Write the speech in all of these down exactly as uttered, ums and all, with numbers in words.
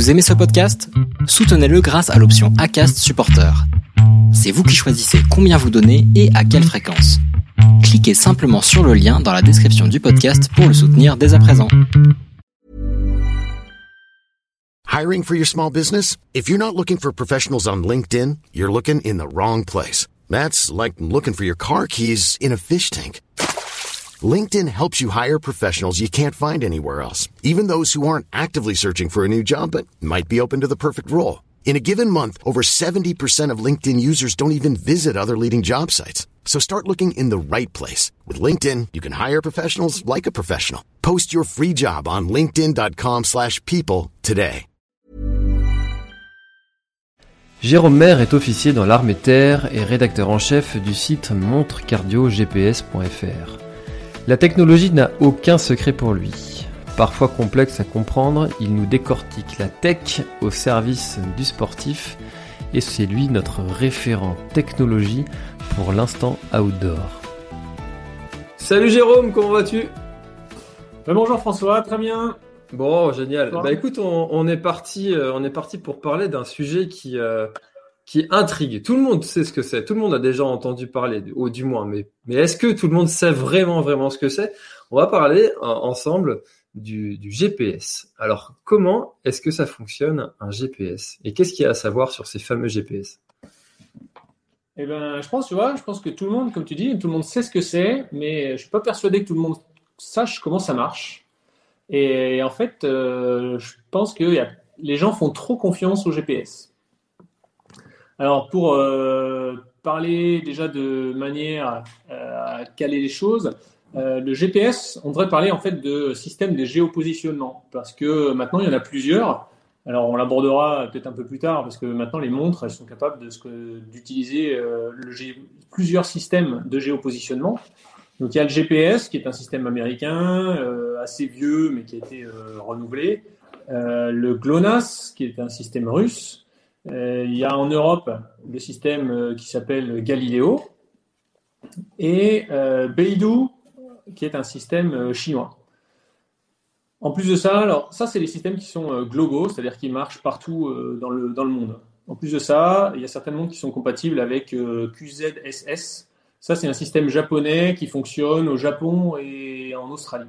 Vous aimez ce podcast ? Soutenez-le grâce à l'option Acast Supporter. C'est vous qui choisissez combien vous donnez et à quelle fréquence. Cliquez simplement sur le lien dans la description du podcast pour le soutenir dès à présent. Hiring for your small business? If you're not looking for professionals on LinkedIn, you're looking in the wrong place. That's like looking for your car keys in a fish tank. LinkedIn helps you hire professionals you can't find anywhere else, even those who aren't actively searching for a new job but might be open to the perfect role. In a given month, over seventy percent of LinkedIn users don't even visit other leading job sites. So start looking in the right place. With LinkedIn, you can hire professionals like a professional. Post your free job on linkedin.com slash people today. Jérôme Maire est officier dans l'armée terre et rédacteur en chef du site montre cardio g p s point f r. La technologie n'a aucun secret pour lui. Parfois complexe à comprendre, il nous décortique la tech au service du sportif et c'est lui notre référent technologie pour l'instant outdoor. Salut Jérôme, comment vas-tu ? Ben bonjour François, très bien. Bon, génial. Bah écoute, on, on est parti, euh, on est parti pour parler d'un sujet qui euh, qui intrigue. Tout le monde sait ce que c'est. Tout le monde a déjà entendu parler, ou du moins. Mais mais est-ce que tout le monde sait vraiment vraiment ce que c'est ? On va parler euh, ensemble du du G P S. Alors, comment est-ce que ça fonctionne un G P S ? Et qu'est-ce qu'il y a à savoir sur ces fameux G P S ? Eh ben, je pense, tu vois, je pense que tout le monde, comme tu dis, tout le monde sait ce que c'est, mais je suis pas persuadé que tout le monde sache comment ça marche. Et en fait, euh, je pense que y a, les gens font trop confiance au G P S. Alors, pour euh, parler déjà de manière à, à caler les choses, euh, le G P S, on devrait parler en fait de système de géopositionnement, parce que maintenant, il y en a plusieurs. Alors, on l'abordera peut-être un peu plus tard, parce que maintenant, les montres, elles sont capables de ce que, d'utiliser euh, le G, plusieurs systèmes de géopositionnement. Donc il y a le G P S qui est un système américain euh, assez vieux mais qui a été euh, renouvelé. Euh, le GLONASS qui est un système russe. Euh, il y a en Europe le système euh, qui s'appelle Galileo et euh, Beidou qui est un système euh, chinois. En plus de ça, alors ça c'est les systèmes qui sont euh, globaux, c'est-à-dire qui marchent partout euh, dans le dans le monde. En plus de ça, il y a certains montres qui sont compatibles avec euh, Q Z S S. Ça, c'est un système japonais qui fonctionne au Japon et en Australie.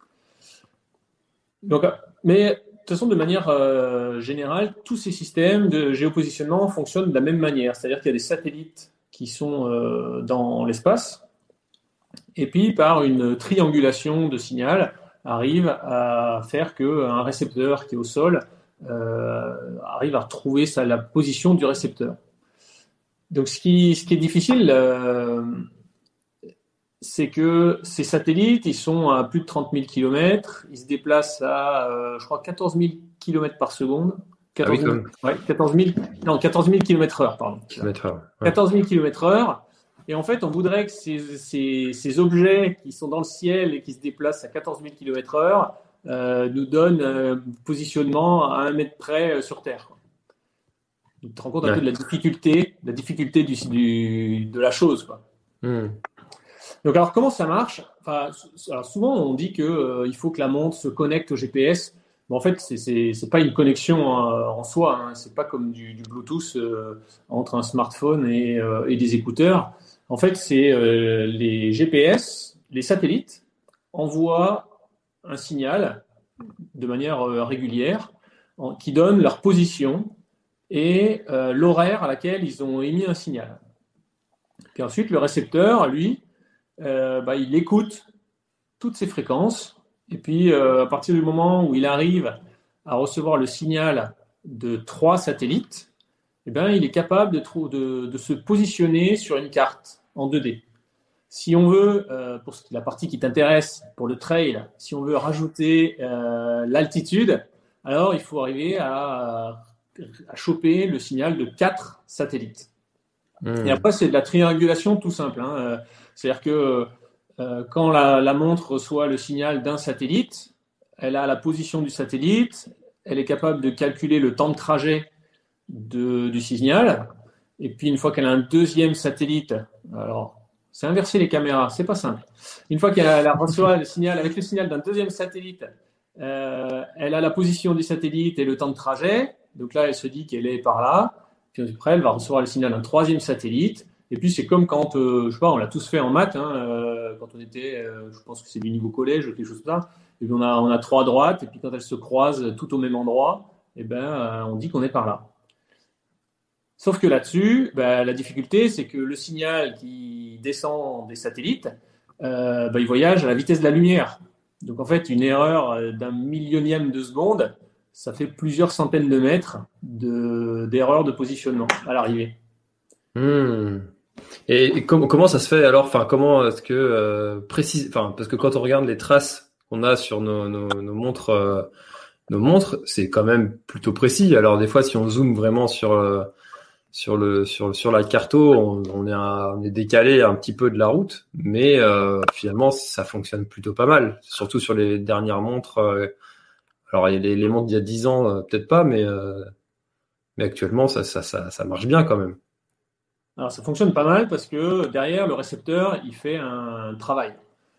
Donc, mais de toute façon, de manière euh, générale, tous ces systèmes de géopositionnement fonctionnent de la même manière. C'est-à-dire qu'il y a des satellites qui sont euh, dans l'espace et puis, par une triangulation de signal, arrive à faire qu'un récepteur qui est au sol euh, arrive à retrouver sa, la position du récepteur. Donc, ce qui, ce qui est difficile, euh, c'est que ces satellites, ils sont à plus de trente mille kilomètres, ils se déplacent à, euh, je crois, quatorze mille kilomètres par seconde. quatorze mille, ah oui, ouais, quatorze mille, non, quatorze mille kilomètres heure, pardon. Kilomètres heure. Ouais. quatorze mille kilomètres heure. Et en fait, on voudrait que ces, ces, ces objets qui sont dans le ciel et qui se déplacent à quatorze mille kilomètres heure euh, nous donnent un positionnement à un mètre près sur Terre. Tu te rends compte un ouais. peu de la difficulté, de la difficulté du, du, de la chose, quoi. Mm. Donc, alors, comment ça marche ? Enfin, alors souvent, on dit qu'il euh, faut que la montre se connecte au G P S. Mais en fait, c'est, c'est, c'est pas une connexion euh, en soi. Hein. C'est pas comme du, du Bluetooth euh, entre un smartphone et, euh, et des écouteurs. En fait, c'est euh, les G P S, les satellites envoient un signal de manière euh, régulière en, qui donne leur position et euh, l'horaire à laquelle ils ont émis un signal. Puis ensuite, le récepteur, lui, euh, bah, il écoute toutes ces fréquences. Et puis, euh, à partir du moment où il arrive à recevoir le signal de trois satellites, eh ben, il est capable de, trou- de, de se positionner sur une carte en deux D. Si on veut, euh, pour la partie qui t'intéresse, pour le trail, si on veut rajouter euh, l'altitude, alors il faut arriver à à choper le signal de quatre satellites. Mmh. Et après, c'est de la triangulation tout simple. Hein. C'est-à-dire que euh, quand la, la montre reçoit le signal d'un satellite, elle a la position du satellite, elle est capable de calculer le temps de trajet de, du signal, et puis une fois qu'elle a un deuxième satellite, alors c'est inverser les caméras, c'est pas simple. Une fois qu'elle a reçoit le signal, avec le signal d'un deuxième satellite, euh, elle a la position des satellites et le temps de trajet. Donc là, elle se dit qu'elle est par là. Puis après, elle va recevoir le signal d'un troisième satellite. Et puis, c'est comme quand, euh, je sais pas, on l'a tous fait en maths, hein, euh, quand on était, euh, je pense que c'est du niveau collège ou quelque chose comme ça. Et puis, on a, on a trois droites. Et puis, quand elles se croisent tout au même endroit, eh ben, euh, on dit qu'on est par là. Sauf que là-dessus, ben, la difficulté, c'est que le signal qui descend des satellites, euh, ben, il voyage à la vitesse de la lumière. Donc, en fait, une erreur d'un millionième de seconde, ça fait plusieurs centaines de mètres de, d'erreur de positionnement à l'arrivée. Mmh. Et, et com- comment ça se fait alors? Enfin, comment est-ce que euh, précise? Enfin, parce que quand on regarde les traces qu'on a sur nos, nos, nos montres, euh, nos montres, c'est quand même plutôt précis. Alors des fois, si on zoome vraiment sur euh, sur le sur sur la carto, on, on est un, on est décalé un petit peu de la route, mais euh, finalement, ça fonctionne plutôt pas mal. Surtout sur les dernières montres. Euh, alors les, les montres d'il y a dix ans, euh, peut-être pas, mais euh, mais actuellement, ça ça ça ça marche bien quand même. Alors, ça fonctionne pas mal parce que derrière, le récepteur, il fait un travail.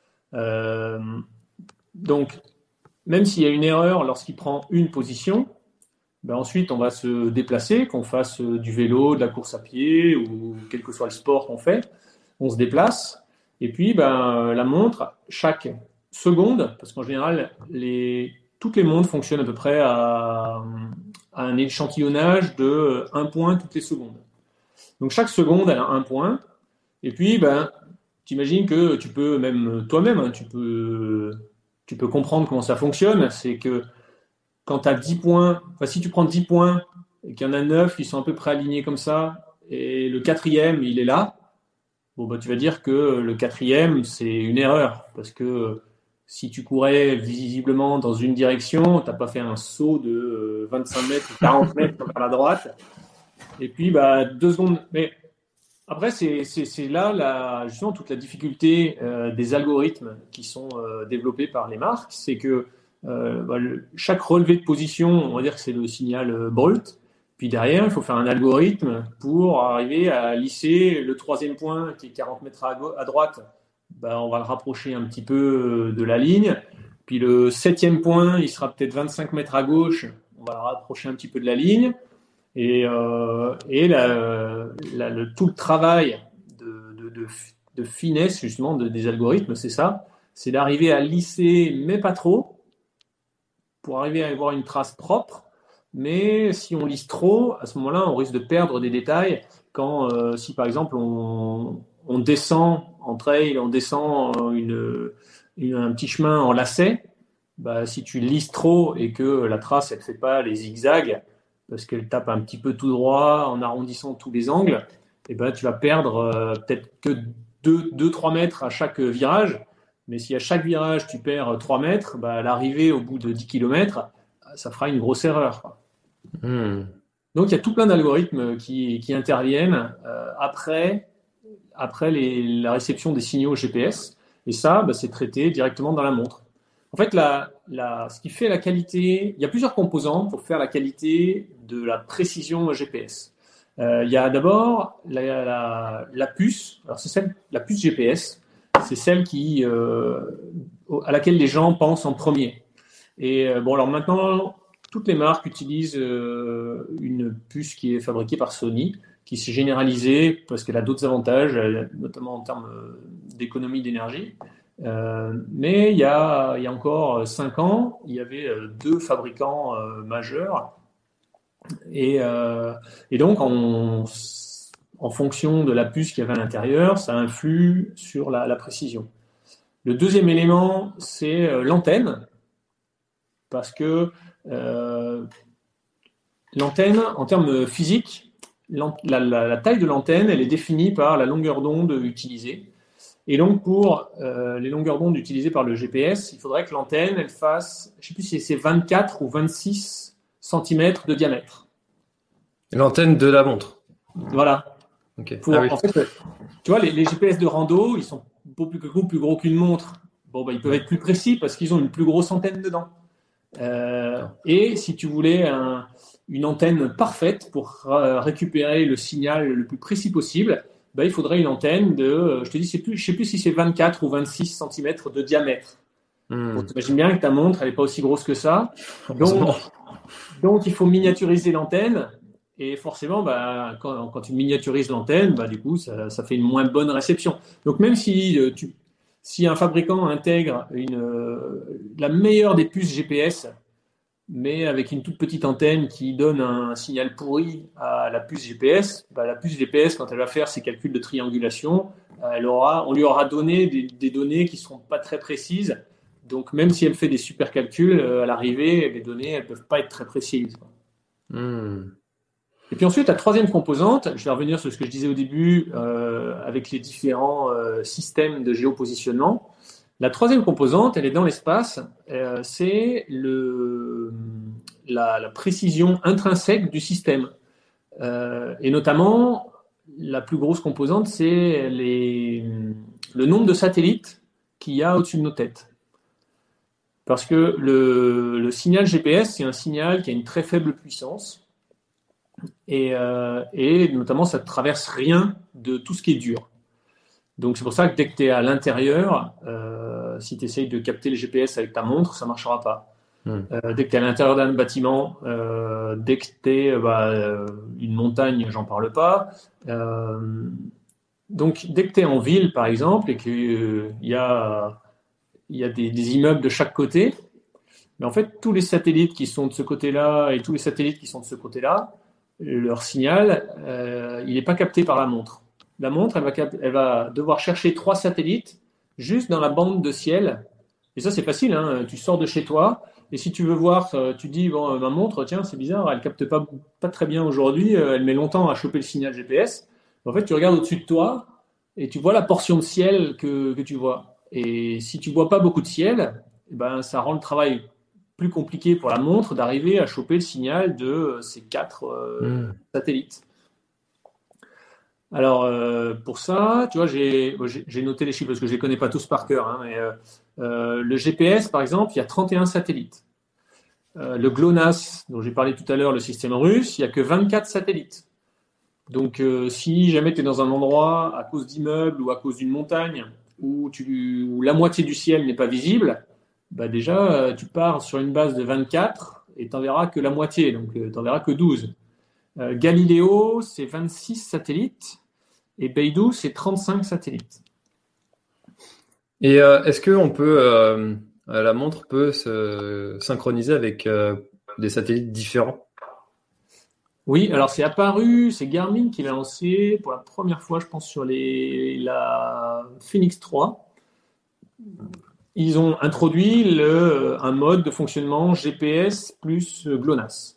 Euh, donc, même s'il y a une erreur lorsqu'il prend une position, ben ensuite, on va se déplacer, qu'on fasse du vélo, de la course à pied ou quel que soit le sport qu'on fait. On se déplace. Et puis, ben, la montre, chaque seconde, parce qu'en général, les, toutes les montres fonctionnent à peu près à, à un échantillonnage de un point toutes les secondes. Donc chaque seconde, elle a un point. Et puis, ben, tu imagines que tu peux, même toi-même, hein, tu peux, tu peux comprendre comment ça fonctionne. C'est que quand tu as dix points, enfin, si tu prends dix points et qu'il y en a neuf qui sont à peu près alignés comme ça, et le quatrième, il est là, bon, ben, tu vas dire que le quatrième, c'est une erreur. Parce que si tu courais visiblement dans une direction, tu n'as pas fait un saut de vingt-cinq mètres ou quarante mètres vers la droite. Et puis, bah, deux secondes. Mais après, c'est, c'est, c'est là, la, justement, toute la difficulté euh, des algorithmes qui sont euh, développés par les marques. C'est que euh, bah, le, chaque relevé de position, on va dire que c'est le signal euh, brut. Puis derrière, il faut faire un algorithme pour arriver à lisser le troisième point qui est quarante mètres à, go- à droite. Bah, on va le rapprocher un petit peu de la ligne. Puis le septième point, il sera peut-être vingt-cinq mètres à gauche. On va le rapprocher un petit peu de la ligne. Et, euh, et la, la, le, tout le travail de, de, de, de finesse justement de, des algorithmes, c'est ça, c'est d'arriver à lisser, mais pas trop, pour arriver à avoir une trace propre. Mais si on lisse trop, à ce moment-là, on risque de perdre des détails. Quand, euh, si par exemple on, on descend en trail, on descend une, une, un petit chemin en lacet, bah, si tu lisses trop et que la trace elle ne fait pas les zigzags, parce qu'elle tape un petit peu tout droit en arrondissant tous les angles, et ben tu vas perdre euh, peut-être que deux trois mètres à chaque virage. Mais si à chaque virage tu perds trois mètres, bah, à l'arrivée au bout de dix kilomètres, ça fera une grosse erreur, quoi. Mmh. Donc il y a tout plein d'algorithmes qui, qui interviennent euh, après, après les, la réception des signaux G P S. Et ça, bah, c'est traité directement dans la montre. En fait, la, la, ce qui fait la qualité, il y a plusieurs composants pour faire la qualité de la précision G P S. Euh, il y a d'abord la, la, la puce. Alors c'est celle, la puce G P S, c'est celle qui, euh, à laquelle les gens pensent en premier. Et euh, bon, alors maintenant, toutes les marques utilisent euh, une puce qui est fabriquée par Sony, qui s'est généralisée parce qu'elle a d'autres avantages, notamment en termes d'économie d'énergie. Euh, mais il y a, il y a encore cinq ans, il y avait deux fabricants euh, majeurs. Et, euh, et donc, on, en fonction de la puce qu'il y avait à l'intérieur, ça influe sur la, la précision. Le deuxième élément, c'est euh, l'antenne. Parce que euh, l'antenne, en termes physiques, la, la, la taille de l'antenne, elle est définie par la longueur d'onde utilisée. Et donc, pour euh, les longueurs d'onde utilisées par le G P S, il faudrait que l'antenne, elle fasse, je ne sais plus si c'est vingt-quatre ou vingt-six centimètres de diamètre. L'antenne de la montre. Voilà. Okay. Pour, ah oui. En fait, tu vois, les, les G P S de rando, ils sont beaucoup plus gros, plus gros qu'une montre. Bon, bah, ils peuvent être plus précis parce qu'ils ont une plus grosse antenne dedans. Euh, et si tu voulais un, une antenne parfaite pour euh, récupérer le signal le plus précis possible, bah, il faudrait une antenne de, je te dis, c'est plus, je sais plus si c'est vingt-quatre ou vingt-six centimètres de diamètre. Mmh. Bon, t'imagines bien que ta montre, elle n'est pas aussi grosse que ça. Donc, donc il faut miniaturiser l'antenne. Et forcément, bah, quand, quand tu miniaturises l'antenne, bah, du coup, ça, ça fait une moins bonne réception. Donc même si, euh, tu, si un fabricant intègre une, euh, la meilleure des puces G P S, mais avec une toute petite antenne qui donne un signal pourri à la puce G P S, bah, la puce G P S, quand elle va faire ses calculs de triangulation, elle aura, on lui aura donné des, des données qui ne seront pas très précises. Donc même si elle fait des super calculs, à l'arrivée, les données elles ne peuvent pas être très précises. Mmh. Et puis ensuite, la troisième composante, je vais revenir sur ce que je disais au début euh, avec les différents euh, systèmes de géopositionnement. La troisième composante, elle est dans l'espace, euh, c'est le, la, la précision intrinsèque du système. Euh, et notamment, la plus grosse composante, c'est les, le nombre de satellites qu'il y a au-dessus de nos têtes. Parce que le, le signal G P S, c'est un signal qui a une très faible puissance. Et, euh, et notamment, ça ne traverse rien de tout ce qui est dur. Donc, c'est pour ça que dès que tu es à l'intérieur, euh, si tu essayes de capter le G P S avec ta montre, ça ne marchera pas. Mmh. Euh, dès que tu es à l'intérieur d'un bâtiment, euh, dès que tu es bah, euh, une montagne, j'en parle pas. Euh, donc, dès que tu es en ville, par exemple, et qu'il euh, y a, y a des, des immeubles de chaque côté, mais en fait, tous les satellites qui sont de ce côté-là et tous les satellites qui sont de ce côté-là, leur signal, euh, il n'est pas capté par la montre. La montre, elle va, cap- elle va devoir chercher trois satellites juste dans la bande de ciel. Et ça, c'est facile, hein. Tu sors de chez toi et si tu veux voir, tu dis, bon, ma montre, tiens, c'est bizarre, elle ne capte pas, pas très bien aujourd'hui, elle met longtemps à choper le signal G P S. En fait, tu regardes au-dessus de toi et tu vois la portion de ciel que, que tu vois. Et si tu ne vois pas beaucoup de ciel, ben, ça rend le travail plus compliqué pour la montre d'arriver à choper le signal de ces quatre euh, mmh. satellites. Alors, euh, pour ça, tu vois, j'ai, j'ai noté les chiffres parce que je ne les connais pas tous par cœur. Hein, mais euh, euh, le G P S, par exemple, il y a trente et un satellites. Euh, le GLONASS, dont j'ai parlé tout à l'heure, le système russe, il n'y a que vingt-quatre satellites. Donc, euh, si jamais tu es dans un endroit à cause d'immeubles ou à cause d'une montagne où, tu, où la moitié du ciel n'est pas visible, bah déjà, tu pars sur une base de vingt-quatre et tu n'en verras que la moitié, donc tu n'en verras que douze. Euh, Galileo, c'est vingt-six satellites et Beidou, c'est trente-cinq satellites. Et euh, est-ce que on peut, euh, la montre peut se synchroniser avec euh, des satellites différents ? Oui, alors c'est apparu, c'est Garmin qui l'a lancé pour la première fois, je pense, sur les, la Phoenix trois. Ils ont introduit le, un mode de fonctionnement G P S plus GLONASS.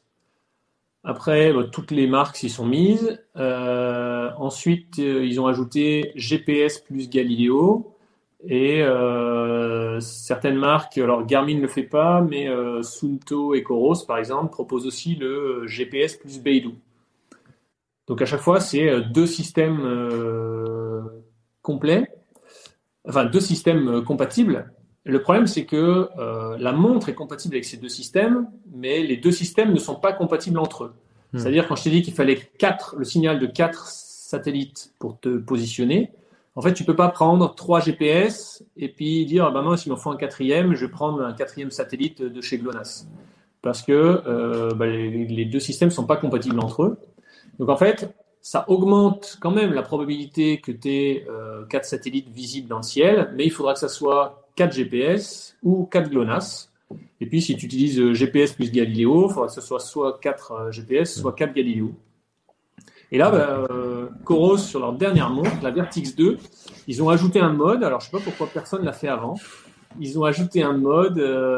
Après, bah, toutes les marques s'y sont mises. Euh, ensuite, euh, ils ont ajouté G P S plus Galileo. Et euh, certaines marques, alors Garmin ne le fait pas, mais euh, Suunto et Coros, par exemple, proposent aussi le G P S plus Beidou. Donc à chaque fois, c'est deux systèmes euh, complets, enfin deux systèmes compatibles. Le problème, c'est que euh, la montre est compatible avec ces deux systèmes, mais les deux systèmes ne sont pas compatibles entre eux. Mmh. C'est-à-dire, quand je t'ai dit qu'il fallait quatre, le signal de quatre satellites pour te positionner, en fait, tu peux pas prendre trois G P S et puis dire, ah ben moi, s'il m'en faut un quatrième, je vais prendre un quatrième satellite de chez GLONASS. Parce que euh, bah, les, les deux systèmes sont pas compatibles entre eux. Donc, en fait, ça augmente quand même la probabilité que tu aies euh, quatre satellites visibles dans le ciel, mais il faudra que ça soit quatre G P S ou quatre GLONASS. Et puis, si tu utilises G P S plus Galileo, il faudra que ce soit soit quatre G P S, soit quatre Galileo. Et là, bah, euh, Coros, sur leur dernière montre, la Vertix deux, ils ont ajouté un mode. Alors, je ne sais pas pourquoi personne ne l'a fait avant. Ils ont ajouté un mode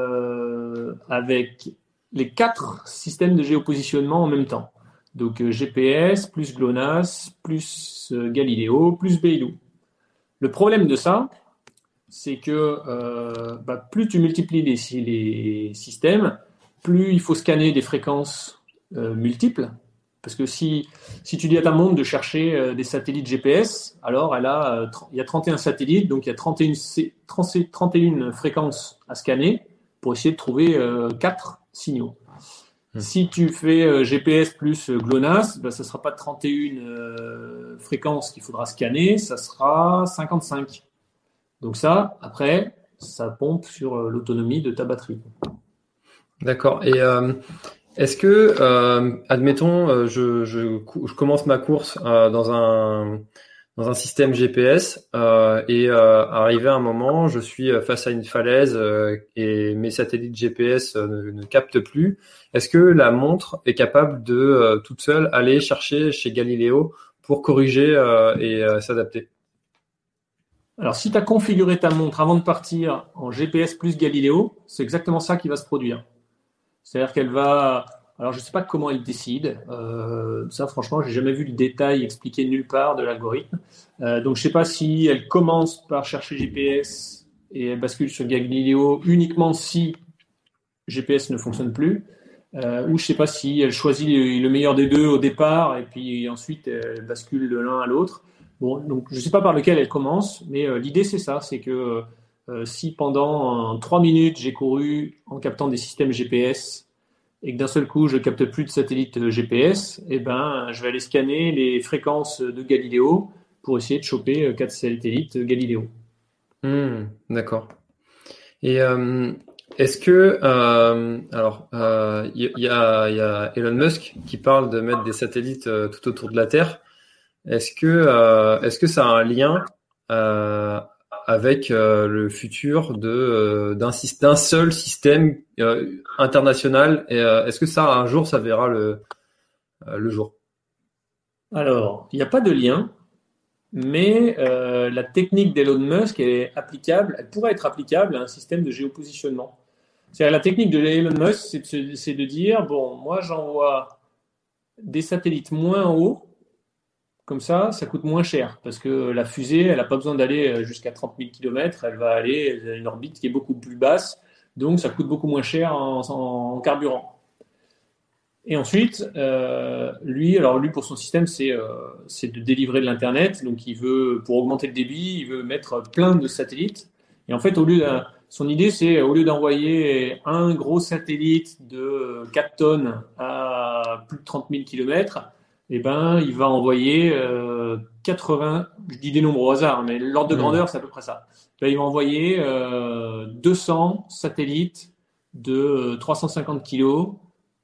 euh, avec les quatre systèmes de géopositionnement en même temps. Donc, euh, G P S, plus GLONASS, plus euh, Galileo, plus Beidou. Le problème de ça, c'est que euh, bah, plus tu multiplies les, les systèmes, plus il faut scanner des fréquences euh, multiples. Parce que si, si tu dis à ta montre de chercher euh, des satellites G P S, alors elle a, euh, il y a trente et un satellites, donc il y a trente et une, trente et une fréquences à scanner pour essayer de trouver euh, quatre signaux. Mmh. Si tu fais euh, G P S plus euh, GLONASS, ben, ça ne sera pas trente et une euh, fréquences qu'il faudra scanner, ça sera cinquante-cinq. Donc ça, après, ça pompe sur euh, l'autonomie de ta batterie. D'accord. Et euh, est-ce que, euh, admettons, euh, je, je, je commence ma course euh, dans un dans un système G P S euh, et euh, arrivé à un moment, je suis face à une falaise euh, et mes satellites G P S euh, ne, ne captent plus. Est-ce que la montre est capable de euh, toute seule aller chercher chez Galileo pour corriger euh, et euh, s'adapter? Alors, si tu as configuré ta montre avant de partir en G P S plus Galileo, c'est exactement ça qui va se produire. C'est-à-dire qu'elle va... Alors, je ne sais pas comment elle décide. Euh, ça, franchement, j'ai jamais vu le détail expliqué nulle part de l'algorithme. Euh, donc, je ne sais pas si elle commence par chercher G P S et elle bascule sur Galileo uniquement si G P S ne fonctionne plus. Euh, ou je ne sais pas si elle choisit le meilleur des deux au départ et puis ensuite elle bascule de l'un à l'autre. Bon, donc je ne sais pas par lequel elle commence, mais euh, l'idée c'est ça, c'est que euh, si pendant euh, trois minutes j'ai couru en captant des systèmes G P S et que d'un seul coup je capte plus de satellites G P S, eh ben je vais aller scanner les fréquences de Galileo pour essayer de choper euh, quatre satellites Galileo. Mmh, d'accord. Et euh, est-ce que euh, alors il euh, y, y, a, y a Elon Musk qui parle de mettre des satellites euh, tout autour de la Terre. Est-ce que euh, est-ce que ça a un lien euh, avec euh, le futur de euh, d'un, d'un seul système euh, international et euh, est-ce que ça un jour ça verra le euh, le jour? Alors, il n'y a pas de lien, mais euh, la technique d'Elon Musk est applicable, elle pourrait être applicable à un système de géopositionnement. C'est-à-dire la technique de Elon Musk, c'est de, c'est de dire bon, moi j'envoie des satellites moins haut. Comme ça, ça coûte moins cher parce que la fusée, elle n'a pas besoin d'aller jusqu'à trente mille kilomètres, elle va aller à une orbite qui est beaucoup plus basse, donc ça coûte beaucoup moins cher en, en carburant. Et ensuite, euh, lui, alors lui pour son système, c'est, euh, c'est de délivrer de l'internet, donc il veut, pour augmenter le débit, il veut mettre plein de satellites. Et en fait, au lieu d'un, son idée, c'est au lieu d'envoyer un gros satellite de quatre tonnes à plus de trente mille kilomètres, eh ben, il va envoyer euh, quatre-vingts, je dis des nombres au hasard, mais l'ordre de grandeur, c'est à peu près ça. Ben, il va envoyer euh, deux cents satellites de trois cent cinquante kilos,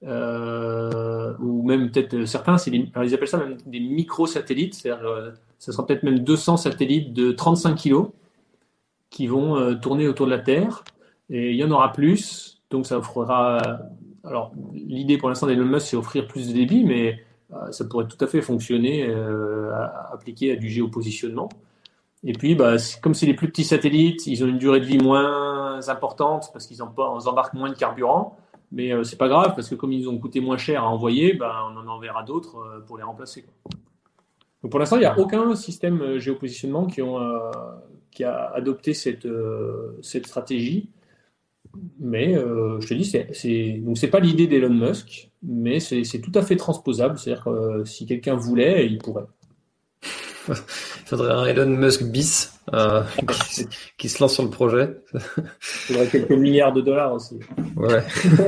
euh, ou même peut-être certains, c'est des, alors ils appellent ça même des microsatellites, c'est-à-dire euh, ça sera peut-être même deux cents satellites de trente-cinq kilos qui vont euh, tourner autour de la Terre, et il y en aura plus, donc ça offrira... Alors, l'idée pour l'instant d'Elon Musk, c'est offrir plus de débit, mais ça pourrait tout à fait fonctionner, euh, à, appliqué à du géopositionnement. Et puis, bah, comme c'est les plus petits satellites, ils ont une durée de vie moins importante parce qu'ils en, ils embarquent moins de carburant. Mais euh, c'est pas grave parce que comme ils ont coûté moins cher à envoyer, bah, on en enverra d'autres euh, pour les remplacer, quoi. Donc pour l'instant, il n'y a aucun système euh, géopositionnement qui, ont, euh, qui a adopté cette, euh, cette stratégie. Mais euh, je te dis, c'est, c'est, donc c'est pas l'idée d'Elon Musk, mais c'est, c'est tout à fait transposable. C'est-à-dire que euh, si quelqu'un voulait, il pourrait. Il faudrait un Elon Musk bis euh, qui, qui se lance sur le projet. Il faudrait quelques milliards de dollars aussi. Ouais.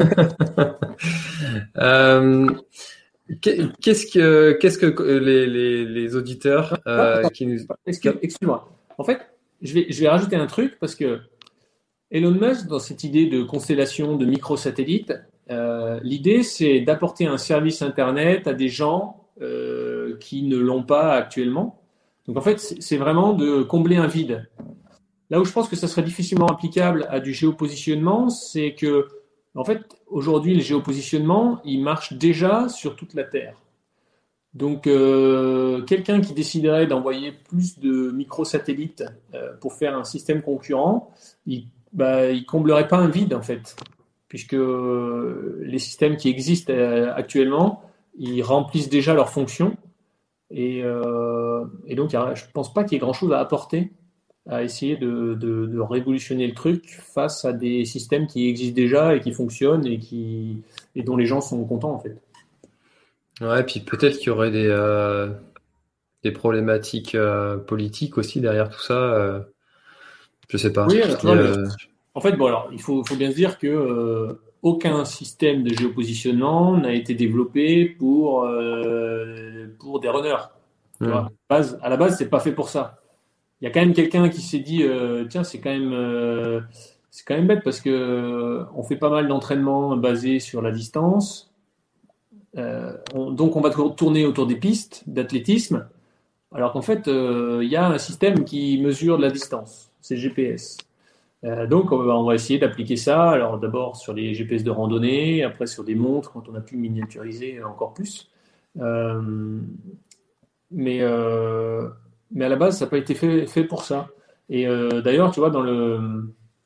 euh, qu'est-ce que qu'est-ce que les, les, les auditeurs euh, qui nous... Excuse, excuse-moi. En fait, je vais je vais rajouter un truc parce que Elon Musk, dans cette idée de constellation de microsatellites, euh, l'idée c'est d'apporter un service Internet à des gens euh, qui ne l'ont pas actuellement. Donc en fait, c'est vraiment de combler un vide. Là où je pense que ça serait difficilement applicable à du géopositionnement, c'est que, en fait, aujourd'hui, le géopositionnement, il marche déjà sur toute la Terre. Donc, euh, quelqu'un qui déciderait d'envoyer plus de microsatellites euh, pour faire un système concurrent, il bah, il comblerait pas un vide, en fait, puisque les systèmes qui existent euh, actuellement, ils remplissent déjà leurs fonctions. Et, euh, et donc, je ne pense pas qu'il y ait grand-chose à apporter à essayer de, de, de révolutionner le truc face à des systèmes qui existent déjà et qui fonctionnent et, qui, et dont les gens sont contents, en fait. Ouais, puis peut-être qu'il y aurait des, euh, des problématiques euh, politiques aussi derrière tout ça. Euh, je sais pas. Oui, alors, puis, euh... le... En fait, bon, alors, il faut, faut bien se dire que euh, aucun système de géopositionnement n'a été développé pour, euh, pour des runners. Tu mmh. vois, à la base, à la base, c'est pas fait pour ça. il y a quand même quelqu'un qui s'est dit, euh, tiens, c'est quand même, euh, c'est quand même bête parce que euh, on fait pas mal d'entraînements basés sur la distance. Euh, on- donc on va tourner autour des pistes d'athlétisme, alors qu'en fait, euh, il y a un système qui mesure la distance, c'est le G P S. Euh, donc on va, on va essayer d'appliquer ça, alors d'abord sur les G P S de randonnée, après sur des montres quand on a pu miniaturiser encore plus. Euh, mais, euh, mais à la base, ça n'a pas été fait, fait pour ça. Et euh, d'ailleurs, tu vois, dans le,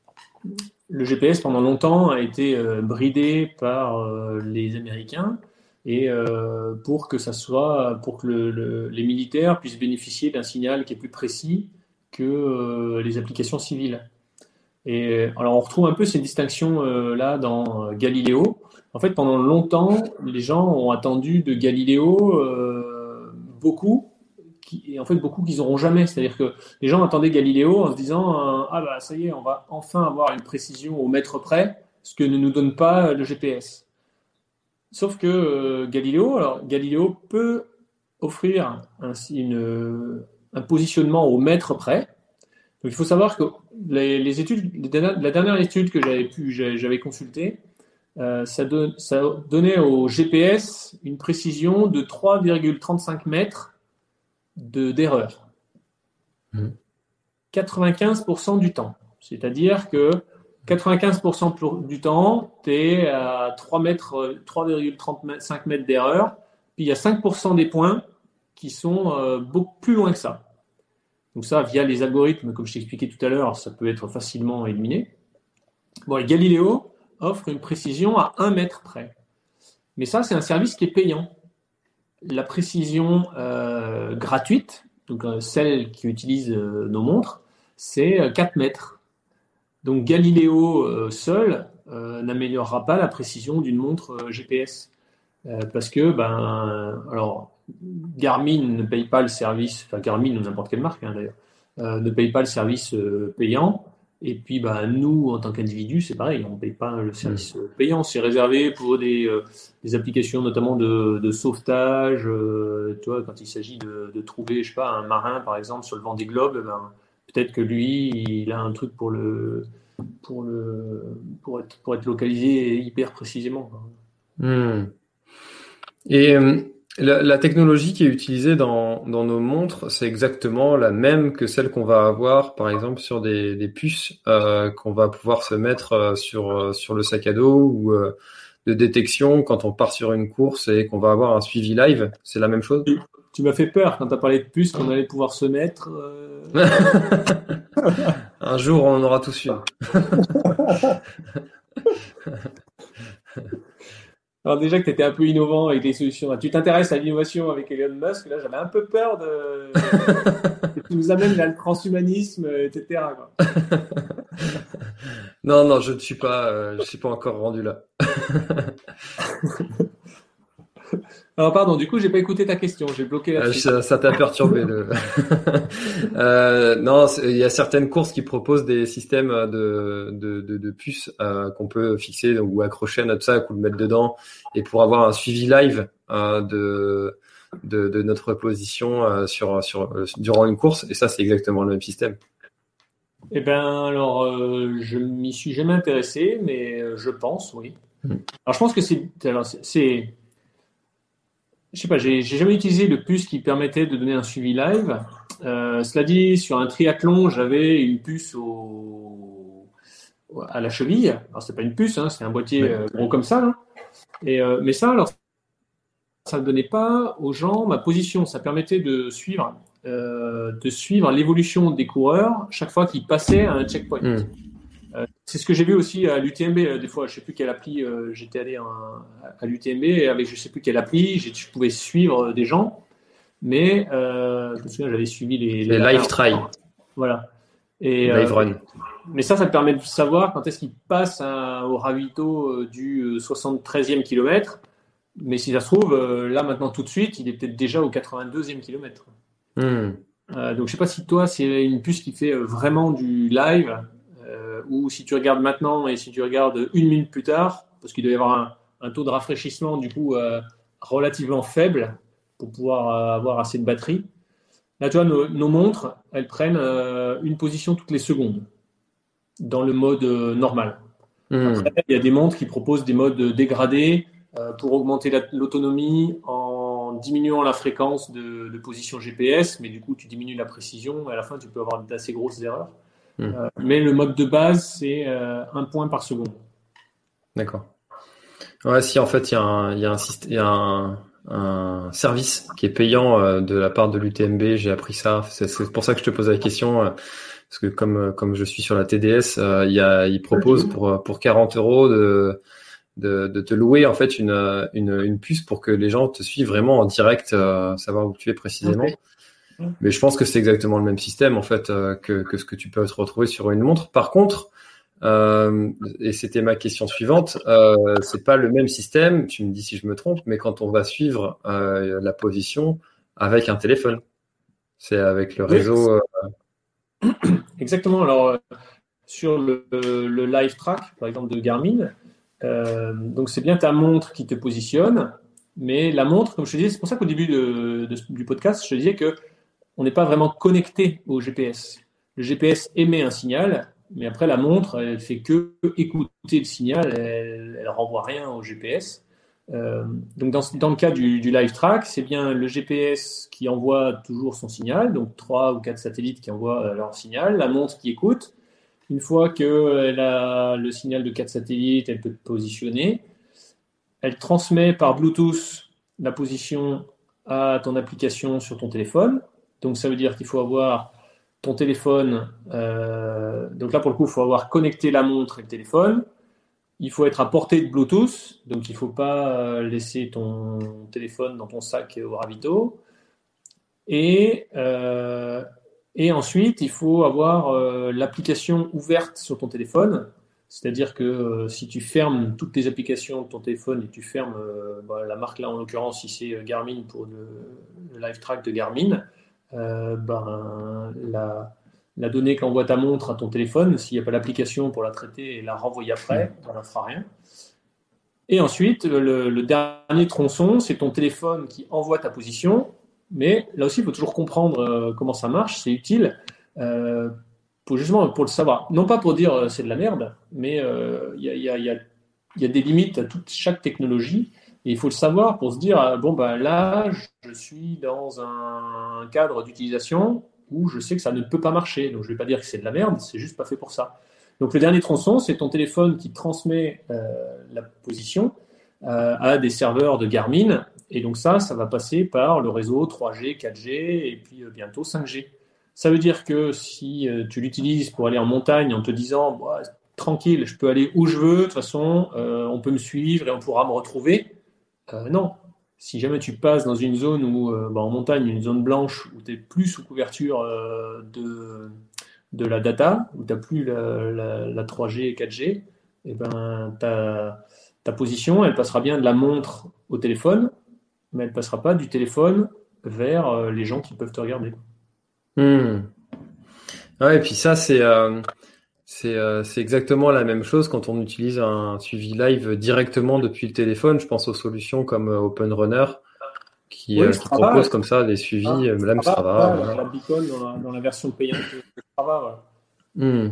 le G P S pendant longtemps a été euh, bridé par euh, les Américains et euh, pour que ça soit, pour que le- le- les militaires puissent bénéficier d'un signal qui est plus précis que euh, les applications civiles. Et alors on retrouve un peu ces distinctions euh, là dans euh, Galiléo. En fait, pendant longtemps, les gens ont attendu de Galiléo euh, beaucoup, qui, et en fait beaucoup qu'ils n'auront jamais. C'est-à-dire que les gens attendaient Galiléo en se disant euh, ah bah ça y est, on va enfin avoir une précision au mètre près, ce que ne nous donne pas le G P S. Sauf que euh, Galiléo, alors Galiléo peut offrir ainsi une, un positionnement au mètre près. Donc il faut savoir que les, les études, les dernières- la dernière étude que j'avais pu, j'avais j'avais consultée, euh, ça, donne- ça donnait au G P S une précision de trois virgule trente-cinq mètres de, d'erreur. Mhm. quatre-vingt-quinze pour cent du temps. C'est-à-dire que quatre-vingt-quinze pour cent pour- du temps, tu es à trois mètres, trois virgule trente-cinq mètres d'erreur. Puis il y a cinq pour cent des points qui sont euh, beaucoup plus loin que ça. Donc ça, via les algorithmes, comme je t'expliquais tout à l'heure, ça peut être facilement éliminé. Bon, et Galileo offre une précision à un mètre près. Mais ça, c'est un service qui est payant. La précision euh, gratuite, donc euh, celle qui utilise euh, nos montres, c'est euh, quatre mètres. Donc Galileo euh, seul euh, n'améliorera pas la précision d'une montre euh, G P S. Euh, parce que, ben, alors, Garmin ne paye pas le service, enfin Garmin ou n'importe quelle marque hein, d'ailleurs, euh, ne paye pas le service euh, payant. Et puis, ben, nous, en tant qu'individus, c'est pareil, on ne paye pas le service euh, payant. C'est réservé pour des, euh, des applications notamment de, de sauvetage. Euh, tu vois, quand il s'agit de, de trouver, je sais pas, un marin par exemple sur le Vendée Globe, ben, peut-être que lui, il a un truc pour le, pour le, pour être, pour être localisé hyper précisément, quoi. Hmm. Et euh, la, la technologie qui est utilisée dans, dans nos montres, c'est exactement la même que celle qu'on va avoir, par exemple, sur des, des puces euh, qu'on va pouvoir se mettre euh, sur, euh, sur le sac à dos ou euh, de détection quand on part sur une course et qu'on va avoir un suivi live. C'est la même chose? Tu, tu m'as fait peur quand tu as parlé de puces qu'on allait pouvoir se mettre. euh. Un jour, on en aura tous une. Alors déjà que tu étais un peu innovant avec les solutions. Tu t'intéresses à l'innovation avec Elon Musk. Là, j'avais un peu peur de que tu nous amènes vers le transhumanisme, et cetera quoi. Non, non, je ne suis pas, euh, je suis pas encore rendu là. Alors pardon, du coup, j'ai pas écouté ta question. J'ai bloqué Euh, là-dessus. ça, ça t'a perturbé. Le... euh, non, c'est- il y a certaines courses qui proposent des systèmes de, de, de, de puces euh, qu'on peut fixer ou accrocher à notre sac ou le mettre dedans et pour avoir un suivi live euh, de, de, de notre position euh, sur, sur, euh, durant une course. Et ça, c'est exactement le même système. Eh ben, alors, euh, je m'y suis jamais intéressé, mais euh, je pense, oui. Mm. Alors, je pense que c'est, alors, c'est, c'est- je sais pas, j'ai j'ai jamais utilisé de puce qui permettait de donner un suivi live. Euh, cela dit, sur un triathlon, j'avais une puce au, à la cheville. Alors, c'est pas une puce, hein, c'est un boîtier Ouais. euh, gros comme ça, là. Et, euh, mais ça, alors, ça ne donnait pas aux gens ma position. Ça permettait de suivre, euh, de suivre l'évolution des coureurs chaque fois qu'ils passaient à un checkpoint. Mm. Euh, c'est ce que j'ai vu aussi à l'U T M B. euh, Des fois, je sais plus quelle appli, euh, j'étais allé en- à l'U T M B et avec je sais plus quelle appli, j'ai- je pouvais suivre euh, des gens, mais euh, je me souviens, j'avais suivi les, Les live try, Voilà. Et, live euh, run. mais ça, ça te permet de savoir quand est-ce qu'ils passent à- au ravito euh, du euh, soixante-treizième kilomètre. Mais si ça se trouve, euh, là maintenant tout de suite, il est peut-être déjà au quatre-vingt-deuxième kilomètre. Mm. Euh, donc je sais pas si toi, c'est une puce qui fait euh, vraiment du live, euh, ou si tu regardes maintenant et si tu regardes une minute plus tard, parce qu'il doit y avoir un, un taux de rafraîchissement du coup euh, relativement faible pour pouvoir euh, avoir assez de batterie. Là, tu vois, nos, nos montres, elles prennent euh, une position toutes les secondes dans le mode euh, normal. Après, Hmm. il y a des montres qui proposent des modes dégradés euh, pour augmenter la- l'autonomie en diminuant la fréquence de, de position G P S, mais du coup, tu diminues la précision et à la fin, tu peux avoir d'assez grosses erreurs. Hmm. Euh, mais le mode de base, c'est euh, un point par seconde. D'accord. Ouais, si en fait il y a un, il y a un, syst- il y a un, un service qui est payant euh, de la part de l'U T M B, j'ai appris ça. C'est, c'est pour ça que je te pose la question, euh, parce que comme euh, comme je suis sur la T D S, euh, il y a, ils proposent pour euh, pour quarante euros de, de de te louer en fait une euh, une une puce pour que les gens te suivent vraiment en direct, euh, savoir où tu es précisément. Ok. Mais je pense que c'est exactement le même système en fait euh, que que ce que tu peux te retrouver sur une montre. Par contre, euh, et c'était ma question suivante, euh, c'est pas le même système, tu me dis si je me trompe, mais quand on va suivre euh, la position avec un téléphone, c'est avec le Oui, réseau. euh, exactement. Alors, euh, sur le, le live track, par exemple, de Garmin, euh, donc c'est bien ta montre qui te positionne, mais la montre, comme je te disais, c'est pour ça qu'au début de, de- du podcast, je te disais que on n'est pas vraiment connecté au G P S. Le G P S émet un signal, mais après la montre, elle fait que écouter le signal, elle, elle renvoie rien au G P S. Euh, donc dans, dans le cas du, du live track, c'est bien le G P S qui envoie toujours son signal, donc trois ou quatre satellites qui envoient leur signal, la montre qui écoute. Une fois qu'elle a le signal de quatre satellites, elle peut te positionner. Elle transmet par Bluetooth la position à ton application sur ton téléphone. Donc ça veut dire qu'il faut avoir ton téléphone. Euh, donc là pour le coup, il faut avoir connecté la montre et le téléphone. Il faut être à portée de Bluetooth. Donc il ne faut pas laisser ton téléphone dans ton sac au ravito. Et, euh, et ensuite, il faut avoir euh, l'application ouverte sur ton téléphone. C'est-à-dire que euh, si tu fermes toutes les applications de ton téléphone et tu fermes euh, bah, la marque là en l'occurrence, si c'est Garmin pour le, le live track de Garmin, euh, ben, la, la donnée qu'envoie ta montre à ton téléphone, s'il n'y a pas l'application pour la traiter et la renvoyer après, ben, elle ne fera rien. Et ensuite, le, le dernier tronçon, c'est ton téléphone qui envoie ta position. Mais là aussi, il faut toujours comprendre euh, comment ça marche, c'est utile, euh, pour justement pour le savoir. Non pas pour dire euh, c'est de la merde, mais il euh, y, a, y, a, y, a, y a des limites à toute chaque technologie. Et il faut le savoir pour se dire, euh, bon, ben là, je suis dans un cadre d'utilisation où je sais que ça ne peut pas marcher. Donc je ne vais pas dire que c'est de la merde, c'est juste pas fait pour ça. Donc le dernier tronçon, c'est ton téléphone qui transmet euh, la position euh, à des serveurs de Garmin. Et donc ça, ça va passer par le réseau trois G, quatre G et puis euh, bientôt cinq G. Ça veut dire que si euh, tu l'utilises pour aller en montagne en te disant bah, tranquille, je peux aller où je veux, de toute façon, euh, on peut me suivre et on pourra me retrouver. Euh, non. Si jamais tu passes dans une zone où, euh, bah, en montagne, une zone blanche où tu es plus sous couverture euh, de, de la data, où tu n'as plus la, la, la trois G et quatre G, et ben, ta, ta position, elle passera bien de la montre au téléphone, mais elle ne passera pas du téléphone vers euh, les gens qui peuvent te regarder. hmm. Ouais, et puis ça c'est euh, c'est euh, c'est exactement la même chose quand on utilise un suivi live directement depuis le téléphone. Je pense aux solutions comme euh, Open Runner qui Oui, euh, qui Strava, proposent comme ça des suivis, euh, même Strava, Strava, voilà. la Beacon dans la, dans la version payante de Strava. Ouais. Hmm.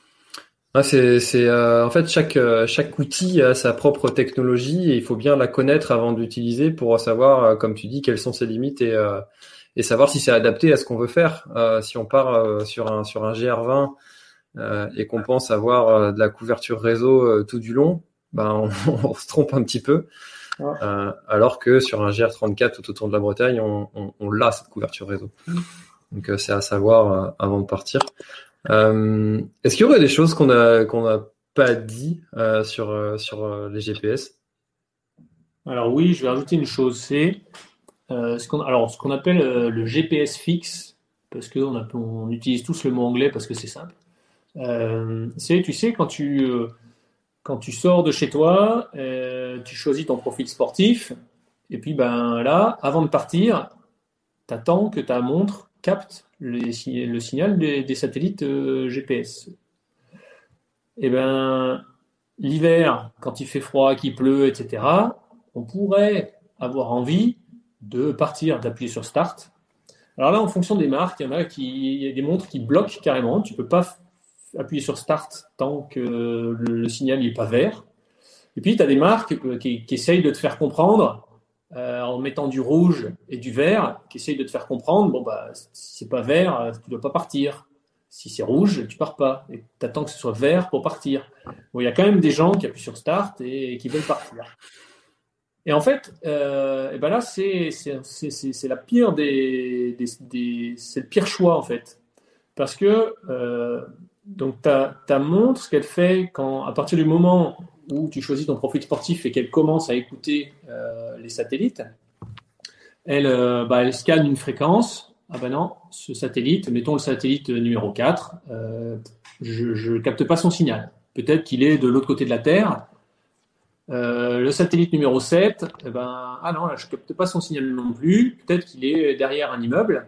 Ah, c'est, c'est, euh, en fait, chaque, euh, chaque outil a sa propre technologie et il faut bien la connaître avant de l'utiliser pour savoir, euh, comme tu dis, quelles sont ses limites et, euh, et savoir si c'est adapté à ce qu'on veut faire. Euh, si on part euh, sur un, sur un G R vingt euh, et qu'on pense avoir euh, de la couverture réseau euh, tout du long, ben, on, on se trompe un petit peu. Ouais. Euh, alors que sur un G R trente-quatre tout autour de la Bretagne, on, on, on l'a, cette couverture réseau. Donc, euh, c'est à savoir euh, avant de partir. Euh, est-ce qu'il y aurait des choses qu'on a qu'on n'a pas dit euh, sur euh, sur euh, les G P S? Alors oui, je vais rajouter une chose, c'est euh, ce qu'on alors ce qu'on appelle euh, le G P S fixe, parce qu'on a- on utilise tous le mot anglais parce que c'est simple. Euh, c'est, tu sais, quand tu euh, quand tu sors de chez toi, euh, tu choisis ton profil sportif, et puis ben là, avant de partir, tu attends que ta montre capte les si- le signal des, des satellites euh, G P S. Et ben l'hiver, quand il fait froid, qu'il pleut, et cetera, on pourrait avoir envie de partir, d'appuyer sur Start. Alors là, en fonction des marques, il y en a qui, il y a des montres qui bloquent carrément. Tu peux pas f- appuyer sur Start tant que le, le signal n'est pas vert. Et puis, tu as des marques euh, qui, qui essayent de te faire comprendre euh, en mettant du rouge et du vert, qui essayent de te faire comprendre, bon, bah, si c'est pas vert, euh, tu dois pas partir. Si c'est rouge, tu pars pas. Et tu attends que ce soit vert pour partir. Bon, il y a quand même des gens qui appuient sur Start et, et qui veulent partir. Et en fait, euh, et ben là, c'est, c'est, c'est, c'est, c'est la pire des, des, des- c'est le pire choix, en fait. Parce que euh, donc ta, ta montre, ce qu'elle fait quand, à partir du moment où tu choisis ton profil sportif et qu'elle commence à écouter euh, les satellites, elle, euh, bah, elle scanne une fréquence. Ah ben non, ce satellite, mettons le satellite numéro quatre, euh, je ne capte pas son signal. Peut-être qu'il est de l'autre côté de la Terre. Euh, le satellite numéro sept, eh ben, ah non, là, je ne capte pas son signal non plus. Peut-être qu'il est derrière un immeuble.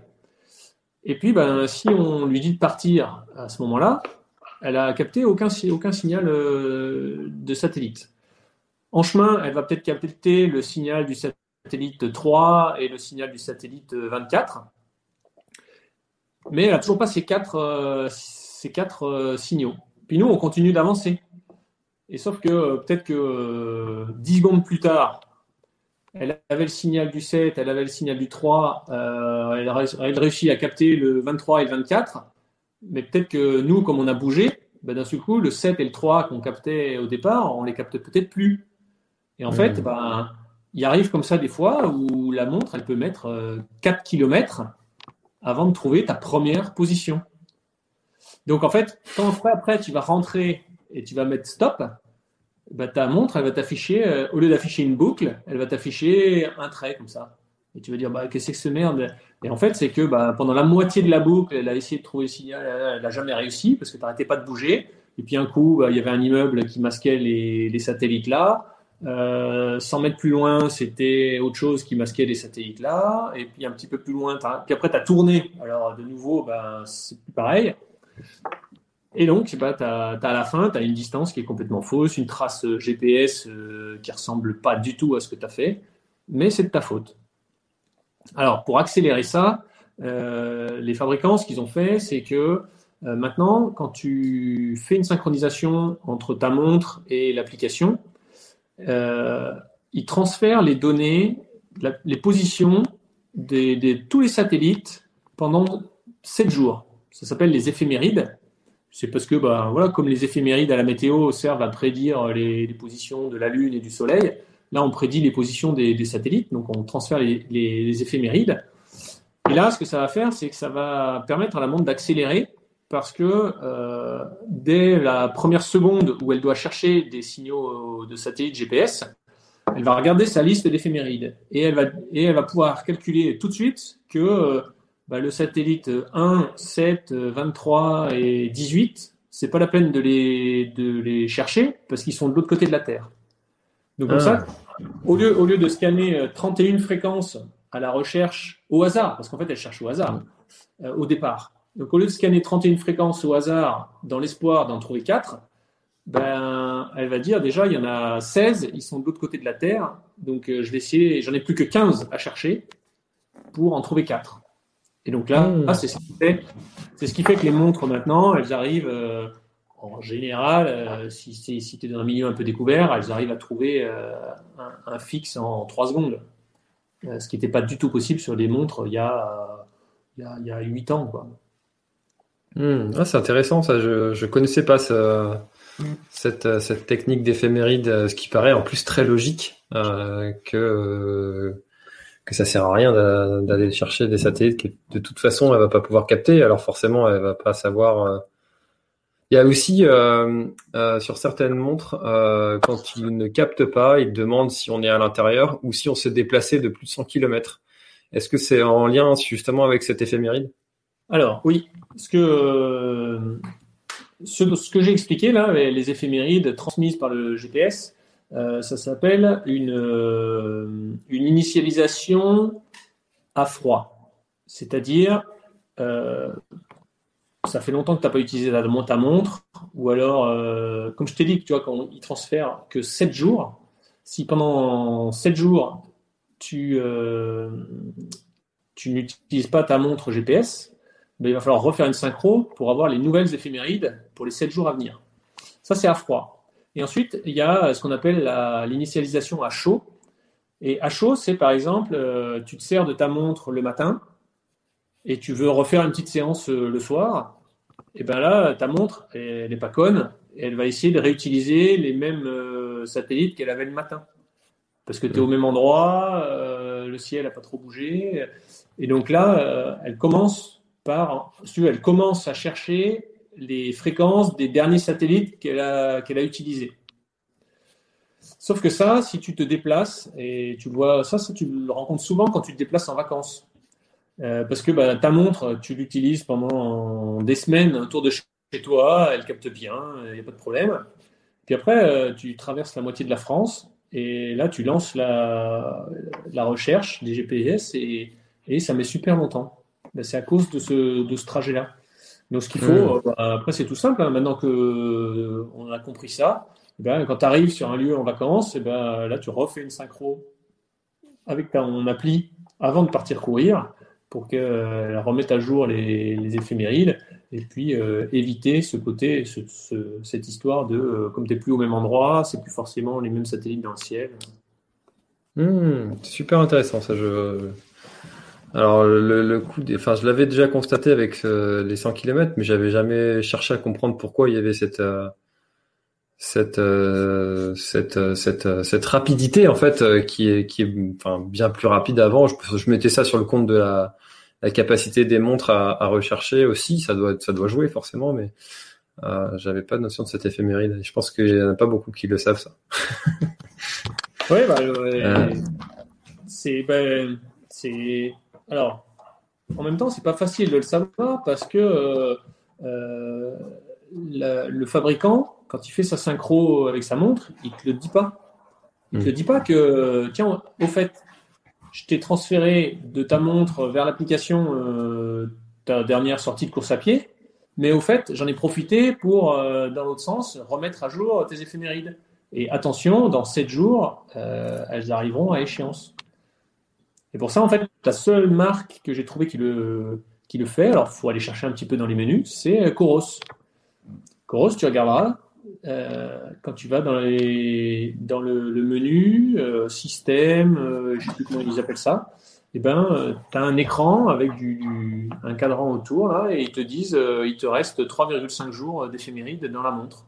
Et puis, ben, si on lui dit de partir à ce moment-là, elle a capté aucun, aucun signal euh, de satellite. En chemin, elle va peut-être capter le signal du satellite trois et le signal du satellite vingt-quatre. Mais elle n'a toujours pas ces quatre, euh, ces quatre euh, signaux. Puis nous, on continue d'avancer. Et sauf que euh, peut-être que euh, dix secondes plus tard, elle avait le signal du sept, elle avait le signal du trois, euh, elle, a, elle réussit à capter le vingt-trois et le vingt-quatre, mais peut-être que nous, comme on a bougé, ben d'un seul coup, le sept et le trois qu'on captait au départ, on les capte peut-être plus. Et en mmh. fait, ben, il arrive comme ça des fois où la montre, elle peut mettre euh, quatre kilomètres avant de trouver ta première position. Donc en fait, quand après, après tu vas rentrer et tu vas mettre stop, bah, ta montre, elle va t'afficher, euh, au lieu d'afficher une boucle, elle va t'afficher un trait comme ça. Et tu vas dire, bah, qu'est-ce que c'est que ce merde? Et en fait, c'est que bah, pendant la moitié de la boucle, elle a essayé de trouver le signal, elle n'a jamais réussi parce que tu n'arrêtais pas de bouger. Et puis un coup, bah, il y avait un immeuble qui masquait les, les satellites là. Euh, cent mètres plus loin, c'était autre chose qui masquait les satellites là. Et puis un petit peu plus loin, puis après, tu as tourné. Alors de nouveau, bah, c'est plus pareil. Et donc, bah, tu as à la fin, tu as une distance qui est complètement fausse, une trace G P S euh, qui ressemble pas du tout à ce que tu as fait, mais c'est de ta faute. Alors, pour accélérer ça, euh, les fabricants, ce qu'ils ont fait, c'est que euh, maintenant, quand tu fais une synchronisation entre ta montre et l'application, euh, ils transfèrent les données, la, les positions de des, tous les satellites pendant sept jours. Ça s'appelle les éphémérides. C'est parce que, bah, voilà, comme les éphémérides à la météo servent à prédire les, les positions de la Lune et du Soleil, là, on prédit les positions des, des satellites, donc on transfère les, les, les éphémérides. Et là, ce que ça va faire, c'est que ça va permettre à la montre d'accélérer parce que euh, dès la première seconde où elle doit chercher des signaux de satellites G P S, elle va regarder sa liste d'éphémérides et elle va, et elle va pouvoir calculer tout de suite que euh, bah, le satellite un, sept, vingt-trois et dix-huit, c'est pas la peine de les, de les chercher parce qu'ils sont de l'autre côté de la Terre. Donc comme ah. ça, au lieu, au lieu de scanner trente et une fréquences à la recherche au hasard, parce qu'en fait elle cherche au hasard euh, au départ. Donc au lieu de scanner trente et une fréquences au hasard dans l'espoir d'en trouver quatre, ben, elle va dire déjà il y en a seize, ils sont de l'autre côté de la Terre, donc euh, je vais essayer, j'en ai plus que quinze à chercher pour en trouver quatre. Et donc là, mmh. là c'est, ce qui fait, c'est ce qui fait que les montres maintenant, elles arrivent, euh, en général, euh, si, si, si tu es dans un milieu un peu découvert, elles arrivent à trouver euh, un, un fixe en trois secondes. Euh, ce qui n'était pas du tout possible sur des montres il y a, il y a, il y a huit ans, quoi. Mmh. Ah, c'est intéressant, ça. Je ne connaissais pas ce, mmh. cette, cette technique d'éphéméride, ce qui paraît en plus très logique, euh, que... Euh... que ça sert à rien d'aller chercher des satellites que de toute façon elle va pas pouvoir capter, alors forcément elle va pas savoir. Euh... Il y a aussi euh, euh, sur certaines montres, euh, quand ils ne captent pas, ils demandent si on est à l'intérieur ou si on s'est déplacé de plus de cent kilomètres. Est-ce que c'est en lien justement avec cet éphéméride? Alors oui, ce que euh, ce, ce que j'ai expliqué là, les, les éphémérides transmises par le G P S. Euh, ça s'appelle une, euh, une initialisation à froid. C'est-à-dire, euh, ça fait longtemps que tu n'as pas utilisé ta, ta montre, ou alors, euh, comme je t'ai dit, tu vois, quand ils transfèrent que sept jours, si pendant sept jours, tu, euh, tu n'utilises pas ta montre G P S, ben, il va falloir refaire une synchro pour avoir les nouvelles éphémérides pour les sept jours à venir. Ça, c'est à froid. Et ensuite, il y a ce qu'on appelle la, l'initialisation à chaud. Et à chaud, c'est par exemple, euh, tu te sers de ta montre le matin et tu veux refaire une petite séance euh, le soir. Et bien là, ta montre, elle n'est pas conne, et elle va essayer de réutiliser les mêmes euh, satellites qu'elle avait le matin. Parce que tu es au même endroit, euh, le ciel n'a pas trop bougé. Et donc là, euh, elle commence par, si tu veux, elle commence à chercher les fréquences des derniers satellites qu'elle a, qu'elle a utilisés. Sauf que ça, si tu te déplaces, et tu le vois, ça, ça tu le rencontres souvent quand tu te déplaces en vacances. Euh, parce que bah, ta montre, tu l'utilises pendant des semaines autour de chez toi, elle capte bien, il n'y a pas de problème. Puis après, euh, tu traverses la moitié de la France et là, tu lances la, la recherche des G P S et, et ça met super longtemps. Ben, c'est à cause de ce, de ce trajet-là. Donc, ce qu'il faut, mmh. euh, bah, après, c'est tout simple. Hein, maintenant qu'on euh, a compris ça, ben, quand tu arrives sur un lieu en vacances, et ben, là, tu refais une synchro avec ton appli avant de partir courir, pour qu'elle euh, remette à jour les, les éphémérides et puis euh, éviter ce côté, ce, ce, cette histoire de euh, comme tu n'es plus au même endroit, c'est plus forcément les mêmes satellites dans le ciel. Mmh, super intéressant ça. Je... Alors le, le coup des... enfin, je l'avais déjà constaté avec euh, les cent kilomètres, mais j'avais jamais cherché à comprendre pourquoi il y avait cette euh, cette euh, cette euh, cette euh, cette rapidité en fait euh, qui est qui est enfin bien plus rapide avant. Je, je mettais ça sur le compte de la la capacité des montres à, à rechercher aussi, ça doit ça doit jouer forcément, mais euh, j'avais pas de notion de cet éphéméride. Je pense qu'il y en a pas beaucoup qui le savent ça. Oui, bah, euh, c'est ben, c'est alors en même temps c'est pas facile de le savoir parce que euh, euh, la, le fabricant quand il fait sa synchro avec sa montre, il te le dit pas. Il te mmh. dit pas que tiens au fait je t'ai transféré de ta montre vers l'application euh, ta dernière sortie de course à pied, mais au fait, j'en ai profité pour, euh, dans l'autre sens, remettre à jour tes éphémérides. Et attention, dans sept jours, euh, elles arriveront à échéance. Et pour ça, en fait, la seule marque que j'ai trouvée qui le, qui le fait, alors il faut aller chercher un petit peu dans les menus, c'est Coros. Coros, tu regarderas, Euh, quand tu vas dans, les, dans le, le menu, euh, système, euh, je ne sais plus comment ils appellent ça, et ben, euh, tu as un écran avec du, du, un cadran autour, là, et ils te disent euh, il te reste trois virgule cinq jours d'éphéméride dans la montre.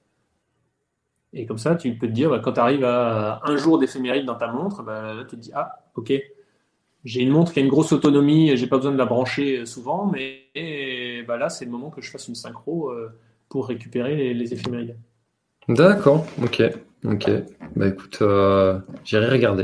Et comme ça, tu peux te dire, bah, quand tu arrives à un jour d'éphéméride dans ta montre, bah, là, tu te dis ah, ok, j'ai une montre qui a une grosse autonomie, j'ai pas besoin de la brancher souvent, mais et, bah, là, c'est le moment que je fasse une synchro euh, pour récupérer les, les éphémérides. D'accord, ok, ok. Bah écoute, euh, j'irai regarder.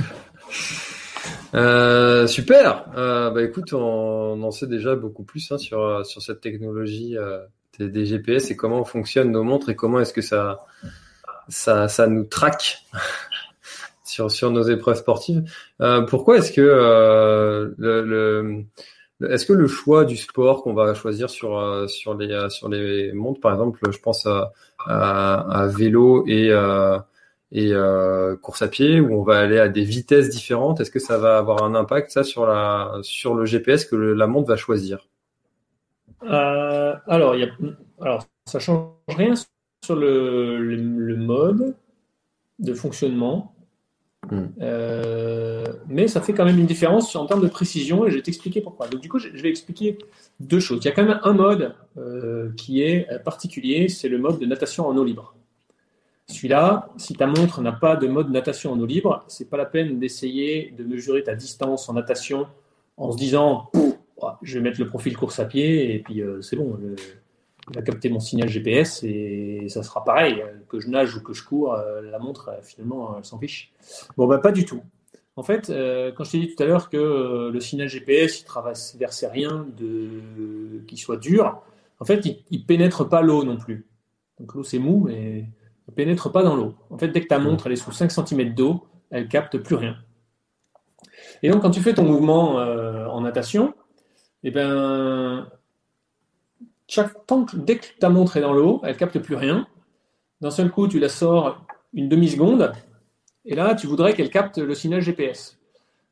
euh, super. Euh, bah écoute, on, on en sait déjà beaucoup plus hein, sur sur cette technologie euh, des, des G P S et comment fonctionnent nos montres et comment est-ce que ça ça ça nous traque sur sur nos épreuves sportives. Euh, pourquoi est-ce que euh, le, le Est-ce que le choix du sport qu'on va choisir sur sur les sur les montres, par exemple, je pense à, à, à vélo et euh, et euh, course à pied, où on va aller à des vitesses différentes, est-ce que ça va avoir un impact ça sur la sur le G P S que le, la montre va choisir? euh, Alors, il y a, alors ça change rien sur le, le, le mode de fonctionnement. Mmh. Euh, mais ça fait quand même une différence en termes de précision et je vais t'expliquer pourquoi. Donc du coup, je vais expliquer deux choses. Il y a quand même un mode euh, qui est particulier, c'est le mode de natation en eau libre. Celui-là, si ta montre n'a pas de mode natation en eau libre, c'est pas la peine d'essayer de mesurer ta distance en natation en se disant je vais mettre le profil course à pied et puis euh, c'est bon. Le, il va capter mon signal G P S et ça sera pareil, que je nage ou que je cours, la montre, finalement, elle s'en fiche. Bon, bah, pas du tout. En fait, euh, quand je t'ai dit tout à l'heure que euh, le signal G P S, il traversait rien de... qui soit dur, en fait, il, il pénètre pas l'eau non plus. Donc l'eau, c'est mou, mais il pénètre pas dans l'eau. En fait, dès que ta montre, elle est sous cinq centimètres d'eau, elle capte plus rien. Et donc, quand tu fais ton mouvement euh, en natation, eh ben... Chaque temps, dès que ta montre est dans l'eau, elle ne capte plus rien. D'un seul coup, tu la sors une demi-seconde, et là, tu voudrais qu'elle capte le signal G P S.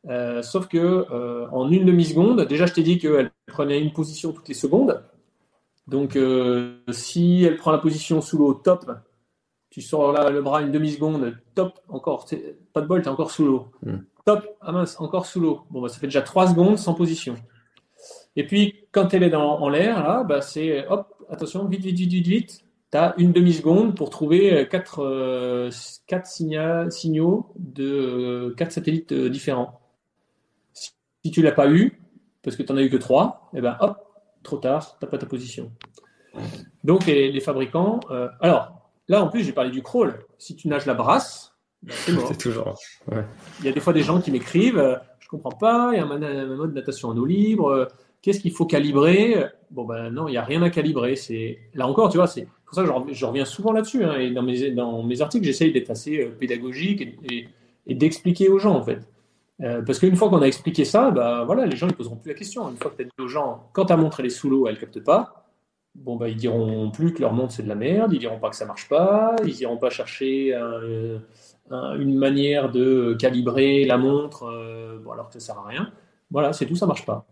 Euh, sauf que euh, en une demi-seconde, déjà je t'ai dit qu'elle prenait une position toutes les secondes. Donc euh, si elle prend la position sous l'eau, top, tu sors là le bras une demi-seconde, top, encore, pas de bol, t'es encore sous l'eau. Mm. Top, ah mince, encore sous l'eau. Bon, bah, ça fait déjà trois secondes sans position. Et puis quand elle est dans, en l'air, là, bah, c'est hop, attention, vite, vite, vite, vite, vite. Tu as une demi-seconde pour trouver quatre, euh, quatre signa- signaux de euh, quatre satellites euh, différents. Si, si tu ne l'as pas eu, parce que tu n'en as eu que trois, et ben hop, trop tard, tu n'as pas ta position. Donc les, les fabricants... Euh, alors, là en plus, j'ai parlé du crawl. Si tu nages la brasse, ben, c'est mort. C'est toujours... Ouais. Il y a des fois des gens qui m'écrivent, euh, je ne comprends pas, il y a un, un mode natation en eau libre, euh, qu'est-ce qu'il faut calibrer ? Bon ben non, il n'y a rien à calibrer. C'est... Là encore, tu vois, c'est pour ça que je, je reviens souvent là-dessus. Hein, et dans mes, dans mes articles, j'essaye d'être assez euh, pédagogique et, et, et d'expliquer aux gens, en fait. Euh, parce qu'une fois qu'on a expliqué ça, bah, voilà, les gens ne poseront plus la question. Une fois que tu as dit aux gens, quand tu as montré les sous l'eau, elles ne captent pas, bon, bah, ils ne diront plus que leur montre, c'est de la merde, ils ne diront pas que ça ne marche pas, ils n'iront pas chercher un, un, une manière de calibrer la montre euh, bon, alors que ça ne sert à rien. Voilà, c'est tout, ça ne marche pas.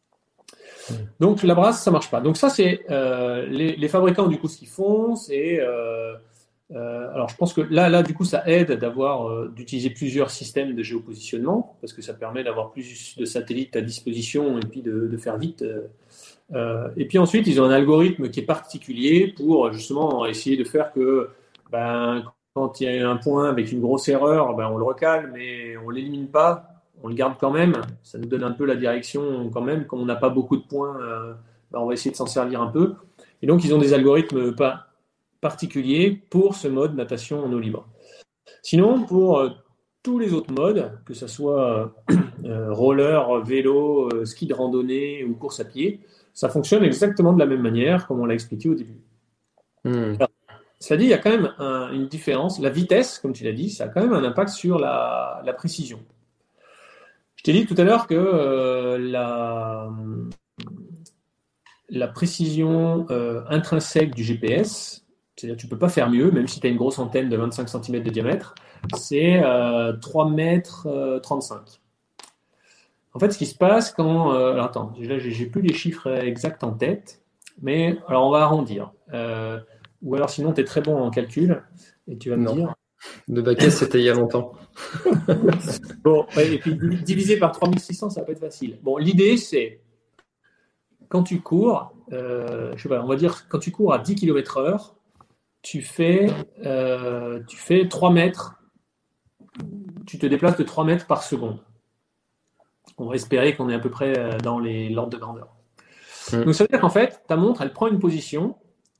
Donc la brasse, ça marche pas. Donc ça, c'est euh, les, les fabricants du coup ce qu'ils font, c'est euh, euh, alors je pense que là, là du coup, ça aide d'avoir euh, d'utiliser plusieurs systèmes de géopositionnement parce que ça permet d'avoir plus de satellites à disposition et puis de, de faire vite. Euh, et puis ensuite, ils ont un algorithme qui est particulier pour justement essayer de faire que ben, quand il y a un point avec une grosse erreur, ben, on le recale, mais on l'élimine pas. On le garde quand même, ça nous donne un peu la direction quand même. Comme on n'a pas beaucoup de points, euh, ben on va essayer de s'en servir un peu. Et donc, ils ont des algorithmes pas particuliers pour ce mode natation en eau libre. Sinon, pour euh, tous les autres modes, que ce soit euh, roller, vélo, euh, ski de randonnée ou course à pied, ça fonctionne exactement de la même manière comme on l'a expliqué au début. Mmh. Alors, cela dit, il y a quand même un, une différence. La vitesse, comme tu l'as dit, ça a quand même un impact sur la, la précision. Je t'ai dit tout à l'heure que euh, la, la précision euh, intrinsèque du G P S, c'est-à-dire que tu ne peux pas faire mieux, même si tu as une grosse antenne de vingt-cinq centimètres de diamètre, c'est euh, trois mètres trente-cinq. En fait, ce qui se passe quand... Euh, alors attends, là, j'ai, j'ai plus les chiffres exacts en tête, mais alors on va arrondir. Euh, ou alors sinon, tu es très bon en calcul, et tu vas me non. dire... De Baquet, c'était il y a longtemps. Bon, ouais, et puis divisé par trois mille six cents, ça va pas être facile. Bon, l'idée, c'est quand tu cours, euh, je sais pas, on va dire quand tu cours à dix kilomètres heure, tu fais, euh, tu fais trois mètres, tu te déplaces de trois mètres par seconde. On va espérer qu'on est à peu près dans les l'ordre de grandeur. Mmh. Donc ça veut dire qu'en fait, ta montre, elle prend une position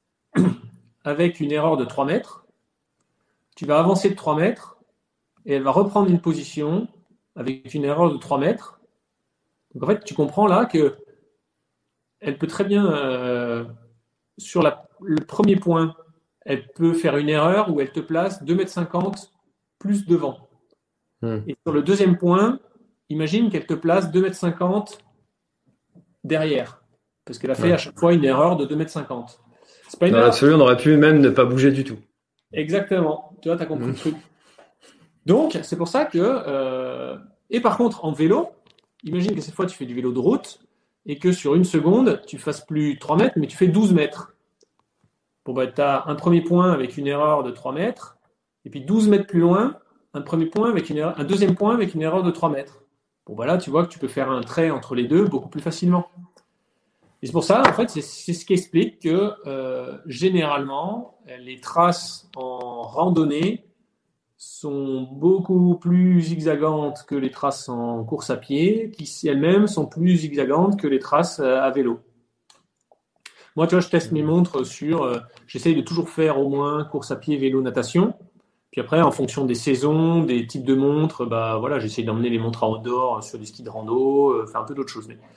avec une erreur de trois mètres. Tu vas avancer de trois mètres et elle va reprendre une position avec une erreur de trois mètres. Donc en fait, tu comprends là que elle peut très bien, euh, sur la, le premier point, elle peut faire une erreur où elle te place deux mètres cinquante plus devant. Mmh. Et sur le deuxième point, imagine qu'elle te place deux mètres cinquante derrière. Parce qu'elle a fait ouais. à chaque fois une erreur de deux mètres cinquante. C'est pas une Dans erreur. l'absolu, on aurait pu même ne pas bouger du tout. Exactement. Tu vois, tu as compris mmh. le truc. Donc, c'est pour ça que... Euh, et par contre, en vélo, imagine que cette fois, tu fais du vélo de route et que sur une seconde, tu fasses plus trois mètres, mais tu fais douze mètres. Bon, bah, tu as un premier point avec une erreur de trois mètres et puis douze mètres plus loin, un premier point avec une erreur, un deuxième point avec une erreur de trois mètres. Bon, voilà, tu vois que tu peux faire un trait entre les deux beaucoup plus facilement. Et c'est pour ça, en fait, c'est, c'est ce qui explique que euh, généralement, les traces en randonnée sont beaucoup plus zigzagantes que les traces en course à pied, qui elles-mêmes sont plus zigzagantes que les traces à vélo. Moi, tu vois, je teste mes montres sur... Euh, j'essaye de toujours faire au moins course à pied, vélo, natation. Puis après, en fonction des saisons, des types de montres, bah, voilà, j'essaye d'emmener les montres à outdoor sur des skis de rando, euh, faire un peu d'autres choses. Mais...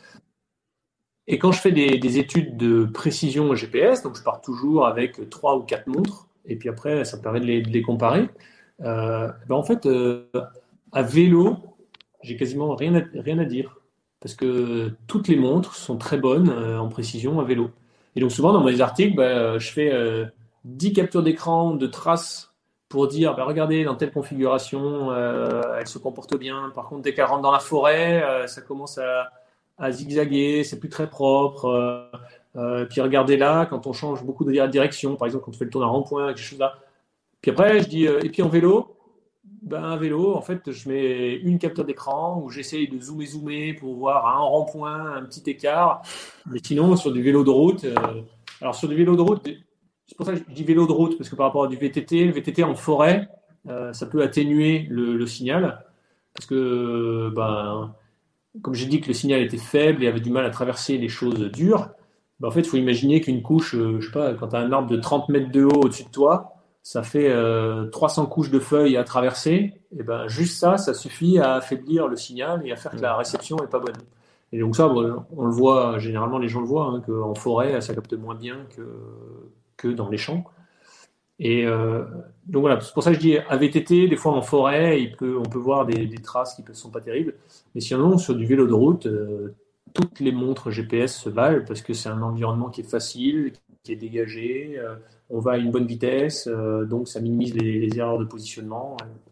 Et quand je fais des, des études de précision G P S, donc je pars toujours avec trois ou quatre montres, et puis après, ça me permet de les, de les comparer. Euh, ben en fait, euh, à vélo, j'ai quasiment rien à, rien à dire, parce que toutes les montres sont très bonnes euh, en précision à vélo. Et donc souvent, dans mes articles, ben, je fais euh, dix captures d'écran de traces pour dire, bah, regardez, dans telle configuration, euh, elle se comporte bien. Par contre, dès qu'elle rentre dans la forêt, euh, ça commence à, à zigzaguer, c'est plus très propre. Euh, euh, puis regardez là, quand on change beaucoup de direction, par exemple, quand on fait le tour d'un rond-point, quelque chose là. Puis après, je dis, euh, et puis en vélo, ben, un vélo, en fait, je mets une capture d'écran où j'essaye de zoomer, zoomer pour voir à un rond-point, un petit écart. Mais sinon, sur du vélo de route, euh, alors sur du vélo de route, c'est pour ça que je dis vélo de route, parce que par rapport à du V T T, le V T T en forêt, euh, ça peut atténuer le, le signal, parce que, ben, comme j'ai dit que le signal était faible et avait du mal à traverser les choses dures, ben, en fait, il faut imaginer qu'une couche, euh, je sais pas, quand tu as un arbre de trente mètres de haut au-dessus de toi, ça fait euh, trois cents couches de feuilles à traverser, et ben juste ça, ça suffit à affaiblir le signal et à faire que la réception n'est pas bonne. Et donc ça, bon, on le voit, généralement les gens le voient, hein, qu'en forêt, ça capte moins bien que, que dans les champs. Et euh, donc voilà, c'est pour ça que je dis à V T T, des fois en forêt, il peut, on peut voir des, des traces qui ne sont pas terribles. Mais sinon, sur du vélo de route, euh, toutes les montres G P S se valent parce que c'est un environnement qui est facile, qui est dégagé, euh, on va à une bonne vitesse, euh, donc ça minimise les, les erreurs de positionnement.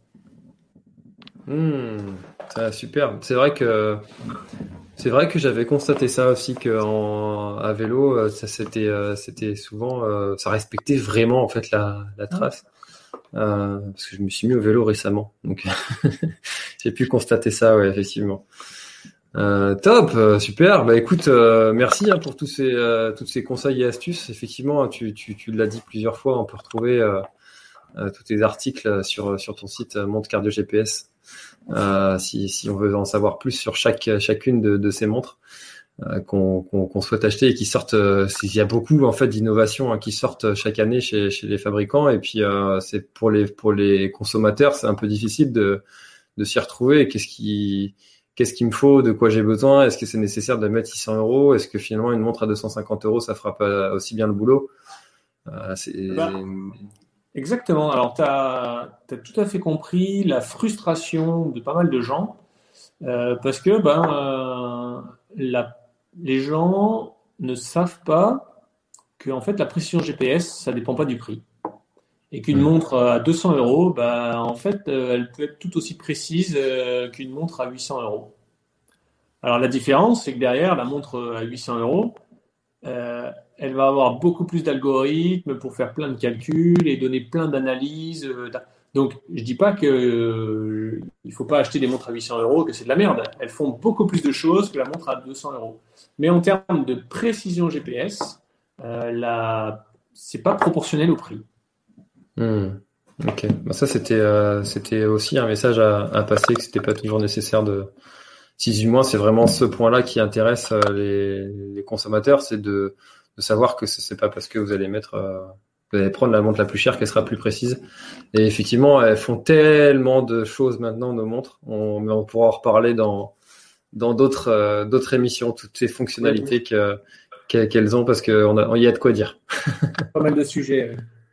Mmh, ça, super. C'est vrai que c'est vrai que j'avais constaté ça aussi qu'à vélo, ça c'était c'était souvent euh, ça respectait vraiment en fait la, la trace. Euh, parce que je me suis mis au vélo récemment, donc j'ai pu constater ça, ouais, effectivement. Euh, top, euh, super. Bah écoute, euh, merci hein, pour tous ces euh, tous ces conseils et astuces. Effectivement, tu tu tu l'as dit plusieurs fois, on peut retrouver euh, euh, tous tes articles sur sur ton site euh, Montre Cardio G P S. Euh, si si on veut en savoir plus sur chaque chacune de, de ces montres euh, qu'on, qu'on qu'on souhaite acheter et qui sortent, euh, il y a beaucoup en fait d'innovations hein, qui sortent chaque année chez chez les fabricants et puis euh, c'est pour les pour les consommateurs, c'est un peu difficile de de s'y retrouver. Qu'est-ce qui Qu'est-ce qu'il me faut, de quoi j'ai besoin, est-ce que c'est nécessaire de mettre six cents euros, est-ce que finalement une montre à deux cent cinquante euros ça fera pas aussi bien le boulot? euh, c'est... Bah, exactement. Alors tu as tout à fait compris la frustration de pas mal de gens euh, parce que ben euh, la, les gens ne savent pas que en fait la précision G P S ça dépend pas du prix et qu'une mmh. montre à deux cents euros, bah, en fait, euh, elle peut être tout aussi précise euh, qu'une montre à huit cents euros. Alors la différence, c'est que derrière, la montre à huit cents euros, euh, elle va avoir beaucoup plus d'algorithmes pour faire plein de calculs et donner plein d'analyses. Euh, donc, je dis pas que euh, il faut pas acheter des montres à huit cents euros, que c'est de la merde. Elles font beaucoup plus de choses que la montre à deux cents euros. Mais en termes de précision G P S, euh, la... c'est pas proportionnel au prix. Mmh. Ok, bah ça c'était euh, c'était aussi un message à, à passer que c'était pas toujours nécessaire de. Si du moins c'est vraiment ce point-là qui intéresse euh, les, les consommateurs, c'est de, de savoir que c'est pas parce que vous allez mettre, euh, vous allez prendre la montre la plus chère qu'elle sera plus précise. Et effectivement, elles font tellement de choses maintenant nos montres. On, mais on pourra en reparler dans dans d'autres euh, d'autres émissions, toutes ces fonctionnalités que, que qu'elles ont parce que on a, il y a de quoi dire. Pas mal de sujets.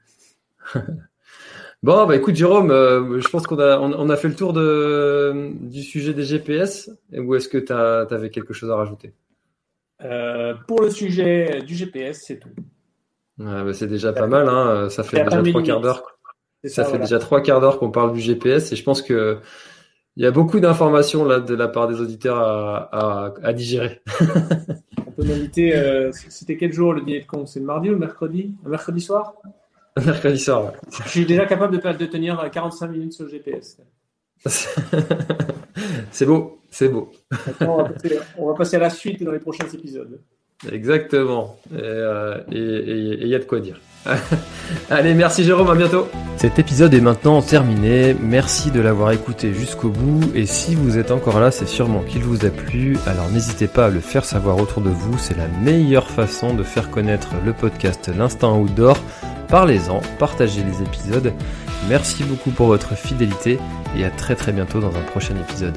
Bon, bah écoute Jérôme, euh, je pense qu'on a on, on a fait le tour de du sujet des G P S. Ou est-ce que tu avais quelque chose à rajouter? euh, Pour le sujet du G P S, c'est tout. Ouais, bah c'est déjà pas mal, hein. Ça fait déjà trois quarts d'heure. Ça, ça fait voilà. déjà trois quarts d'heure qu'on parle du G P S et je pense que il y a beaucoup d'informations là de la part des auditeurs à, à, à digérer. On peut m'inviter. Euh, c'était quel jour le dîner de con? C'est le mardi ou le mercredi? Le mercredi soir? Mercredi soir, ouais. Je suis déjà capable de, de tenir quarante-cinq minutes sur le G P S. C'est beau, c'est beau. Maintenant, on, va passer, on va passer à la suite dans les prochains épisodes. Exactement. Et il euh, et, et, et y a de quoi dire. Allez, merci Jérôme, à bientôt. Cet épisode est maintenant terminé. Merci de l'avoir écouté jusqu'au bout. Et si vous êtes encore là, c'est sûrement qu'il vous a plu. Alors n'hésitez pas à le faire savoir autour de vous. C'est la meilleure façon de faire connaître le podcast L'Instinct Outdoor. Parlez-en, partagez les épisodes. Merci beaucoup pour votre fidélité et à très très bientôt dans un prochain épisode.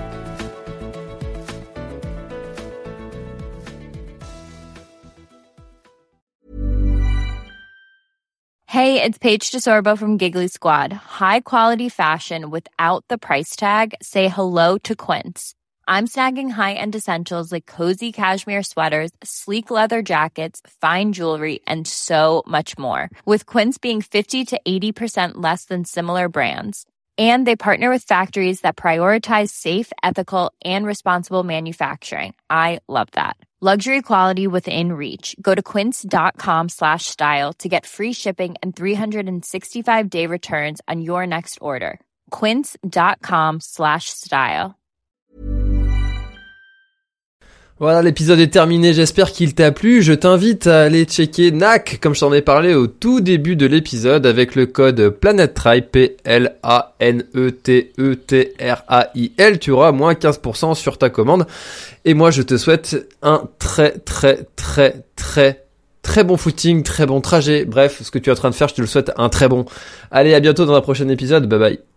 Hey, it's Paige DeSorbo from Giggly Squad. High quality fashion without the price tag. Say hello to Quince. I'm snagging high-end essentials like cozy cashmere sweaters, sleek leather jackets, fine jewelry, and so much more. With Quince being fifty to eighty percent less than similar brands. And they partner with factories that prioritize safe, ethical, and responsible manufacturing. I love that. Luxury quality within reach. Go to quince.com slash style to get free shipping and three sixty-five day returns on your next order. Quince.com slash style. Voilà, l'épisode est terminé, j'espère qu'il t'a plu. Je t'invite à aller checker N A C, comme je t'en ai parlé au tout début de l'épisode, avec le code PlanetTrail, P L A N E T E T R A I L. Tu auras moins quinze pour cent sur ta commande. Et moi, je te souhaite un très, très, très, très, très bon footing, très bon trajet. Bref, ce que tu es en train de faire, je te le souhaite un très bon. Allez, à bientôt dans un prochain épisode. Bye bye.